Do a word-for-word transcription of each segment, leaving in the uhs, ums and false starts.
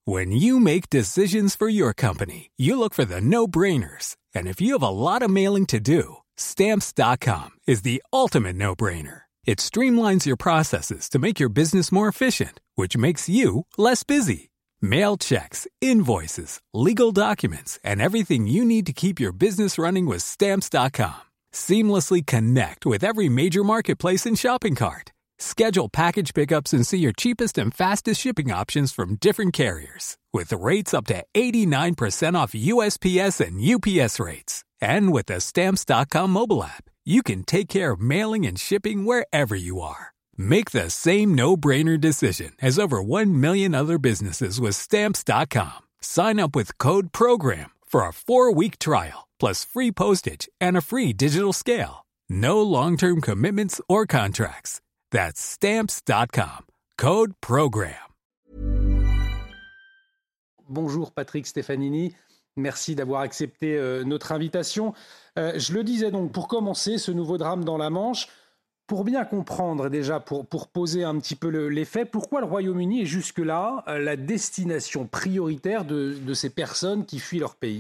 When you make decisions for your company, you look for the no-brainers. And if you have a lot of mailing to do, Stamps dot com is the ultimate no-brainer. It streamlines your processes to make your business more efficient, which makes you less busy. Mail checks, invoices, legal documents, and everything you need to keep your business running with Stamps dot com. Seamlessly connect with every major marketplace and shopping cart. Schedule package pickups and see your cheapest and fastest shipping options from different carriers. With rates up to eighty-nine percent off U S P S and U P S rates. And with the Stamps dot com mobile app, you can take care of mailing and shipping wherever you are. Make the same no-brainer decision as over one million other businesses with Stamps dot com. Sign up with code PROGRAM for a four-week trial, plus free postage and a free digital scale. No long-term commitments or contracts. That's Stamps dot com. Code PROGRAM. Bonjour Patrick Stefanini. Merci d'avoir accepté euh, notre invitation. Euh, je le disais donc, pour commencer, ce nouveau drame dans la Manche, pour bien comprendre déjà, pour, pour poser un petit peu le, les faits, pourquoi le Royaume-Uni est jusque-là euh, la destination prioritaire de, de ces personnes qui fuient leur pays?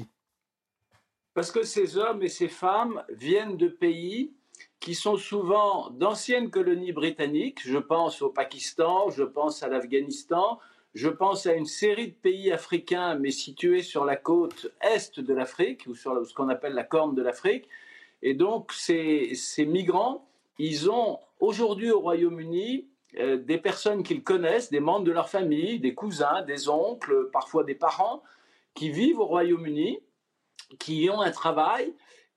Parce que ces hommes et ces femmes viennent de pays qui sont souvent d'anciennes colonies britanniques. Je pense au Pakistan, je pense à l'Afghanistan, je pense à une série de pays africains, mais situés sur la côte est de l'Afrique, ou sur ce qu'on appelle la Corne de l'Afrique. Et donc, ces, ces migrants, ils ont aujourd'hui au Royaume-Uni euh, des personnes qu'ils connaissent, des membres de leur famille, des cousins, des oncles, parfois des parents, qui vivent au Royaume-Uni, qui ont un travail.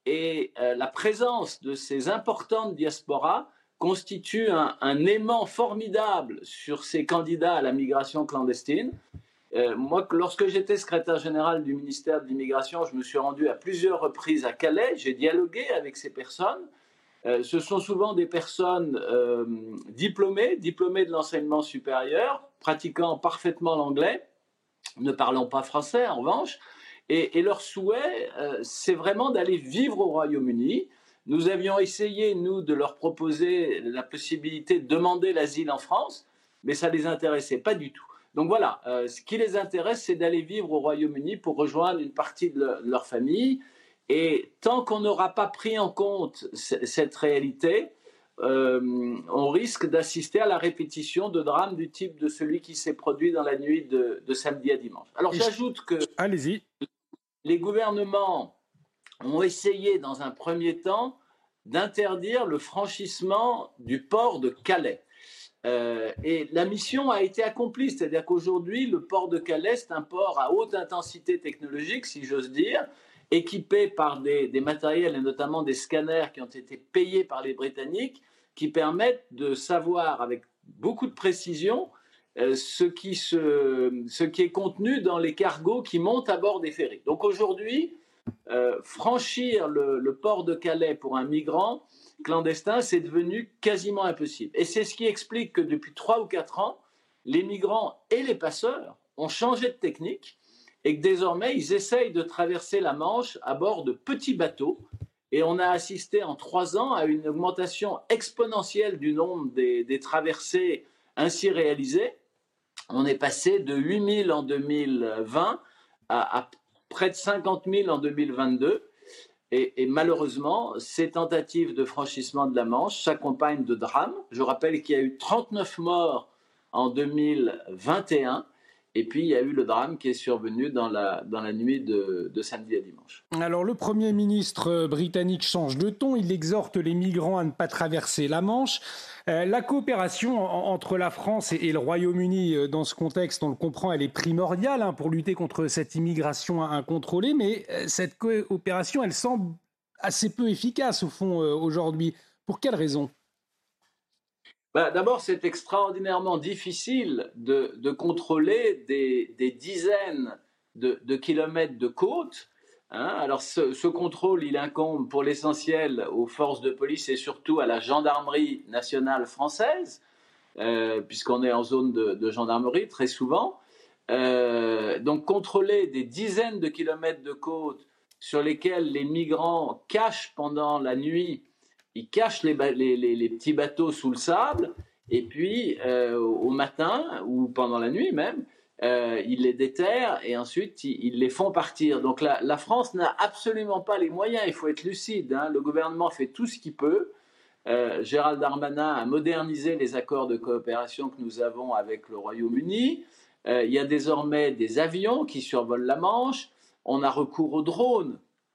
Et euh, la présence de ces importantes diasporas constitue un, un aimant formidable sur ces candidats à la migration clandestine. Euh, moi, lorsque j'étais secrétaire général du ministère de l'Immigration, je me suis rendu à plusieurs reprises à Calais, j'ai dialogué avec ces personnes. Euh, ce sont souvent des personnes euh, diplômées, diplômées de l'enseignement supérieur, pratiquant parfaitement l'anglais, ne parlant pas français en revanche. Et, et leur souhait, euh, c'est vraiment d'aller vivre au Royaume-Uni. Nous avions essayé, nous, de leur proposer la possibilité de demander l'asile en France, mais ça ne les intéressait pas du tout. Donc voilà, euh, ce qui les intéresse, c'est d'aller vivre au Royaume-Uni pour rejoindre une partie de, le, de leur famille. Et tant qu'on n'aura pas pris en compte c- cette réalité, euh, on risque d'assister à la répétition de drames du type de celui qui s'est produit dans la nuit de, de samedi à dimanche. Alors j'ajoute que... Allez-y. Les gouvernements ont essayé dans un premier temps d'interdire le franchissement du port de Calais. Euh, et la mission a été accomplie, c'est-à-dire qu'aujourd'hui, le port de Calais, c'est un port à haute intensité technologique, si j'ose dire, équipé par des, des matériels et notamment des scanners qui ont été payés par les Britanniques, qui permettent de savoir avec beaucoup de précision Euh, ce, qui se, ce qui est contenu dans les cargos qui montent à bord des ferries. Donc aujourd'hui, euh, franchir le, le port de Calais pour un migrant clandestin, c'est devenu quasiment impossible. Et c'est ce qui explique que depuis trois ou quatre ans, les migrants et les passeurs ont changé de technique et que désormais, ils essayent de traverser la Manche à bord de petits bateaux. Et on a assisté en trois ans à une augmentation exponentielle du nombre des, des traversées ainsi réalisées. On est passé de huit mille en deux mille vingt à, à près de cinquante mille en deux mille vingt-deux. Et, et malheureusement, ces tentatives de franchissement de la Manche s'accompagnent de drames. Je rappelle qu'il y a eu trente-neuf morts en deux mille vingt et un. Et puis, il y a eu le drame qui est survenu dans la, dans la nuit de, de samedi à dimanche. Alors, le Premier ministre britannique change de ton. Il exhorte les migrants à ne pas traverser la Manche. Euh, la coopération en, entre la France et, et le Royaume-Uni, euh, dans ce contexte, on le comprend, elle est primordiale hein, pour lutter contre cette immigration incontrôlée. Mais euh, cette coopération, elle semble assez peu efficace, au fond, euh, aujourd'hui. Pour quelles raisons ? Bah, d'abord, c'est extraordinairement difficile de, de contrôler des, des dizaines de, de kilomètres de côte. Hein. Alors, ce, ce contrôle, il incombe pour l'essentiel aux forces de police et surtout à la gendarmerie nationale française, euh, puisqu'on est en zone de, de gendarmerie très souvent. Euh, donc, contrôler des dizaines de kilomètres de côte sur lesquels les migrants cachent pendant la nuit. Ils cachent les, les, les, les petits bateaux sous le sable et puis euh, au matin ou pendant la nuit même, euh, ils les déterrent et ensuite ils, ils les font partir. Donc la, la France n'a absolument pas les moyens, il faut être lucide, hein. Le gouvernement fait tout ce qu'il peut. Euh, Gérald Darmanin a modernisé les accords de coopération que nous avons avec le Royaume-Uni. Euh, il y a désormais des avions qui survolent la Manche. On a recours aux drones.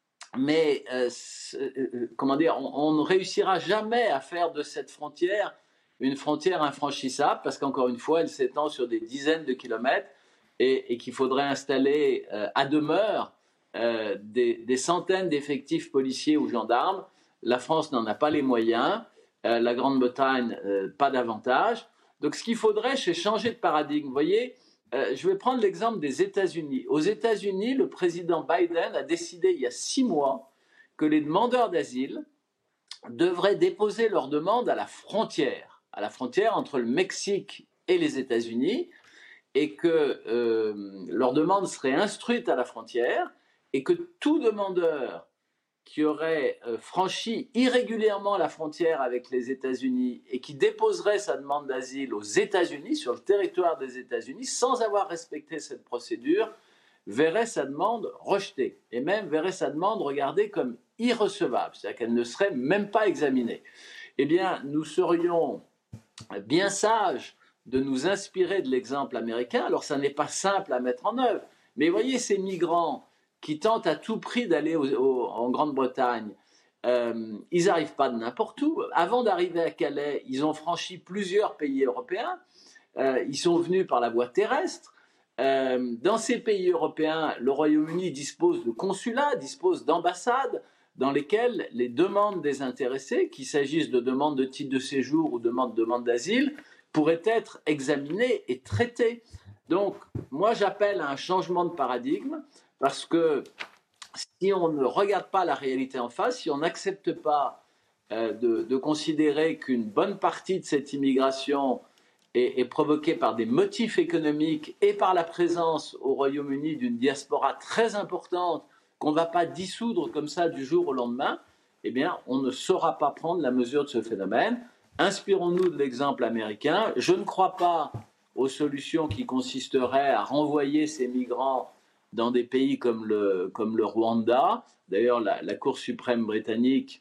Mais euh, euh, comment dire, on, on ne réussira jamais à faire de cette frontière une frontière infranchissable parce qu'encore une fois, elle s'étend sur des dizaines de kilomètres et, et qu'il faudrait installer euh, à demeure euh, des, des centaines d'effectifs policiers ou gendarmes. La France n'en a pas les moyens, euh, la Grande-Bretagne euh, pas davantage. Donc ce qu'il faudrait, c'est changer de paradigme. Vous voyez, euh, je vais prendre l'exemple des États-Unis. Aux États-Unis, le président Biden a décidé il y a six mois que les demandeurs d'asile devraient déposer leurs demandes à la frontière, à la frontière entre le Mexique et les États-Unis, et que euh, leurs demandes seraient instruites à la frontière, et que tout demandeur qui aurait euh, franchi irrégulièrement la frontière avec les États-Unis et qui déposerait sa demande d'asile aux États-Unis, sur le territoire des États-Unis, sans avoir respecté cette procédure, verrait sa demande rejetée, et même verrait sa demande regardée comme irrecevable, c'est-à-dire qu'elle ne serait même pas examinée. Eh bien, nous serions bien sages de nous inspirer de l'exemple américain. Alors, ça n'est pas simple à mettre en œuvre, mais voyez ces migrants qui tentent à tout prix d'aller au, au, en Grande-Bretagne, euh, ils n'arrivent pas de n'importe où. Avant d'arriver à Calais, ils ont franchi plusieurs pays européens, euh, ils sont venus par la voie terrestre. Euh, dans ces pays européens, le Royaume-Uni dispose de consulats, dispose d'ambassades dans lesquelles les demandes des intéressés, qu'il s'agisse de demandes de titre de séjour ou de demandes de d'asile, pourraient être examinées et traitées. Donc, moi, j'appelle à un changement de paradigme parce que si on ne regarde pas la réalité en face, si on n'accepte pas euh, de, de considérer qu'une bonne partie de cette immigration est, est provoquée par des motifs économiques et par la présence au Royaume-Uni d'une diaspora très importante qu'on ne va pas dissoudre comme ça du jour au lendemain, eh bien, on ne saura pas prendre la mesure de ce phénomène. Inspirons-nous de l'exemple américain. Je ne crois pas aux solutions qui consisteraient à renvoyer ces migrants dans des pays comme le, comme le Rwanda. D'ailleurs, la, la Cour suprême britannique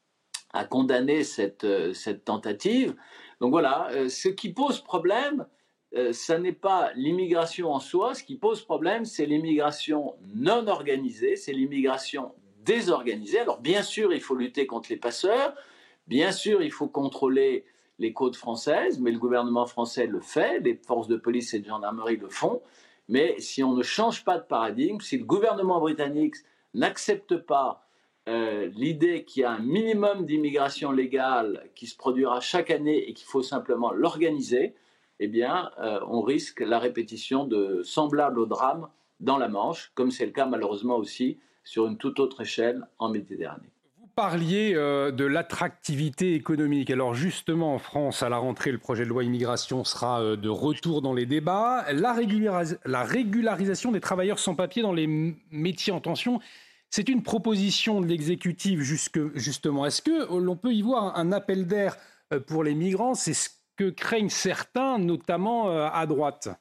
a condamné cette, cette tentative. Donc voilà, ce qui pose problème, ce n'est pas l'immigration en soi. Ce qui pose problème, c'est l'immigration non organisée, c'est l'immigration désorganisée. Alors bien sûr, il faut lutter contre les passeurs, bien sûr, il faut contrôler les côtes françaises, mais le gouvernement français le fait, les forces de police et de gendarmerie le font. Mais si on ne change pas de paradigme, si le gouvernement britannique n'accepte pas euh, l'idée qu'il y a un minimum d'immigration légale qui se produira chaque année et qu'il faut simplement l'organiser, eh bien, euh, on risque la répétition de semblables drames dans la Manche, comme c'est le cas malheureusement aussi sur une toute autre échelle en Méditerranée. Vous parliez euh, de l'attractivité économique. Alors justement, en France, à la rentrée, le projet de loi immigration sera euh, de retour dans les débats. La, régularis- la régularisation des travailleurs sans papier dans les m- métiers en tension, c'est une proposition de l'exécutif jusque, justement. Est-ce que l'on peut y voir un, un appel d'air euh, pour les migrants ? C'est ce que craignent certains, notamment euh, à droite.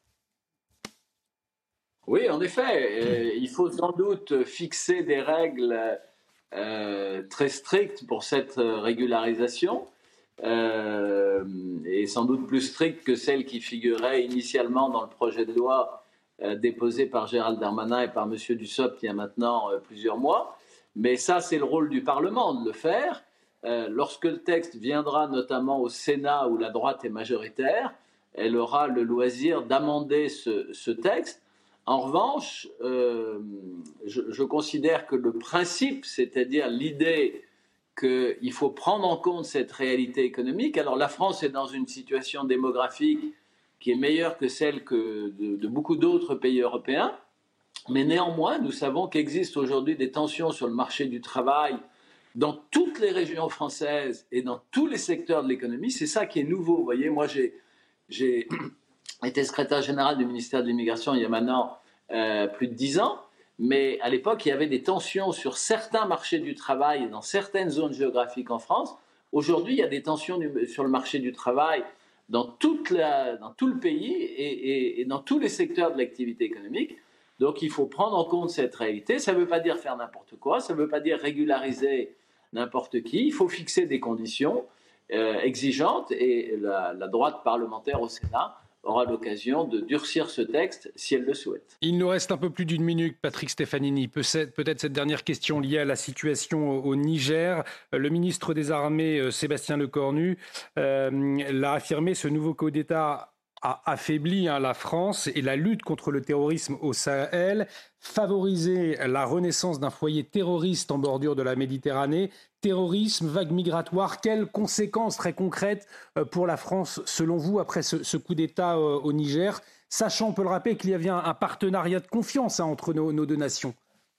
Oui, en effet, euh, il faut sans doute fixer des règles euh, très strictes pour cette régularisation, euh, et sans doute plus strictes que celles qui figuraient initialement dans le projet de loi euh, déposé par Gérald Darmanin et par M. Dussopt il y a maintenant euh, plusieurs mois. Mais ça, c'est le rôle du Parlement de le faire. Euh, lorsque le texte viendra notamment au Sénat où la droite est majoritaire, elle aura le loisir d'amender ce, ce texte. En revanche, euh, je, je considère que le principe, c'est-à-dire l'idée qu'il faut prendre en compte cette réalité économique, alors la France est dans une situation démographique qui est meilleure que celle que de, de beaucoup d'autres pays européens, mais néanmoins, nous savons qu'existent aujourd'hui des tensions sur le marché du travail dans toutes les régions françaises et dans tous les secteurs de l'économie. C'est ça qui est nouveau. Vous voyez, moi, j'ai, j'ai été secrétaire général du ministère de l'Immigration il y a maintenant euh, plus de dix ans, mais à l'époque, il y avait des tensions sur certains marchés du travail et dans certaines zones géographiques en France. Aujourd'hui, il y a des tensions du, sur le marché du travail dans, toute la, dans tout le pays et, et, et dans tous les secteurs de l'activité économique. Donc il faut prendre en compte cette réalité. Ça ne veut pas dire faire n'importe quoi, ça ne veut pas dire régulariser n'importe qui. Il faut fixer des conditions euh, exigeantes et la, la droite parlementaire au Sénat aura l'occasion de durcir ce texte si elle le souhaite. Il nous reste un peu plus d'une minute, Patrick Stefanini. Peut-être cette dernière question liée à la situation au Niger. Le ministre des Armées, Sébastien Lecornu, euh, l'a affirmé, ce nouveau coup d'État a affaibli hein, la France et la lutte contre le terrorisme au Sahel, favoriser la renaissance d'un foyer terroriste en bordure de la Méditerranée. Terrorisme, vague migratoire, quelles conséquences très concrètes pour la France, selon vous, après ce, ce coup d'État au Niger, sachant, on peut le rappeler, qu'il y avait un, un partenariat de confiance hein, entre nos, nos deux nations?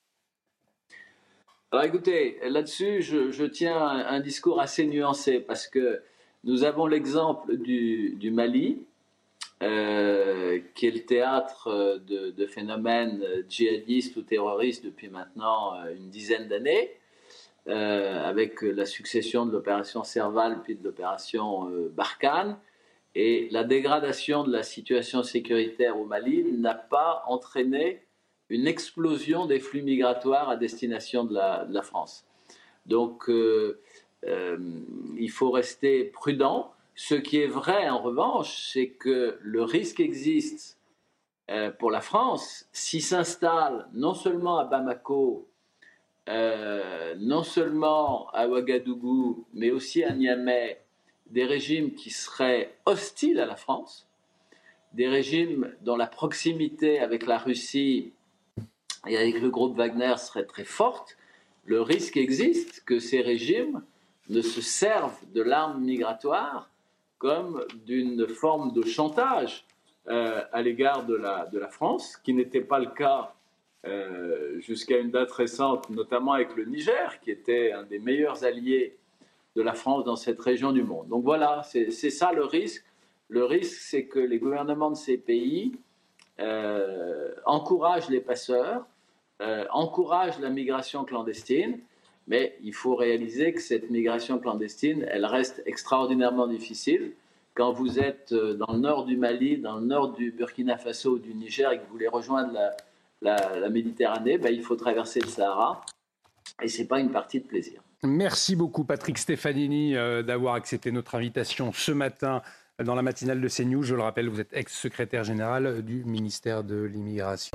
Alors écoutez, là-dessus, je, je tiens un, un discours assez nuancé, parce que nous avons l'exemple du, du Mali, Euh, qui est le théâtre de, de phénomènes djihadistes ou terroristes depuis maintenant une dizaine d'années, euh, avec la succession de l'opération Serval puis de l'opération euh, Barkhane. Et la dégradation de la situation sécuritaire au Mali n'a pas entraîné une explosion des flux migratoires à destination de la, de la France. Donc, euh, euh, il faut rester prudent. Ce qui est vrai, en revanche, c'est que le risque existe euh, pour la France s'il s'installe non seulement à Bamako, euh, non seulement à Ouagadougou, mais aussi à Niamey, des régimes qui seraient hostiles à la France, des régimes dont la proximité avec la Russie et avec le groupe Wagner serait très forte. Le risque existe que ces régimes ne se servent de l'arme migratoire comme d'une forme de chantage euh, à l'égard de la, de la France, qui n'était pas le cas euh, jusqu'à une date récente, notamment avec le Niger, qui était un des meilleurs alliés de la France dans cette région du monde. Donc voilà, c'est, c'est ça le risque. Le risque, c'est que les gouvernements de ces pays euh, encouragent les passeurs, euh, encouragent la migration clandestine, mais il faut réaliser que cette migration clandestine, elle reste extraordinairement difficile. Quand vous êtes dans le nord du Mali, dans le nord du Burkina Faso ou du Niger et que vous voulez rejoindre la, la, la Méditerranée, ben, il faut traverser le Sahara. Et ce n'est pas une partie de plaisir. Merci beaucoup Patrick Stefanini euh, d'avoir accepté notre invitation ce matin dans la matinale de CNews. Je le rappelle, vous êtes ex-secrétaire général du ministère de l'Immigration.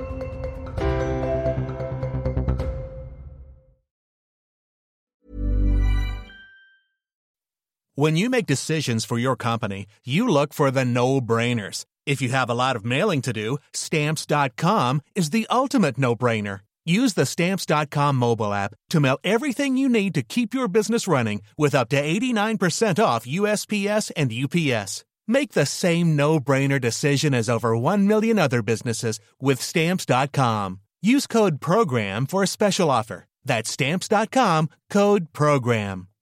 When you make decisions for your company, you look for the no-brainers. If you have a lot of mailing to do, Stamps dot com is the ultimate no-brainer. Use the Stamps dot com mobile app to mail everything you need to keep your business running with up to eighty-nine percent off U S P S and U P S. Make the same no-brainer decision as over one million other businesses with Stamps dot com. Use code PROGRAM for a special offer. That's Stamps dot com, code PROGRAM.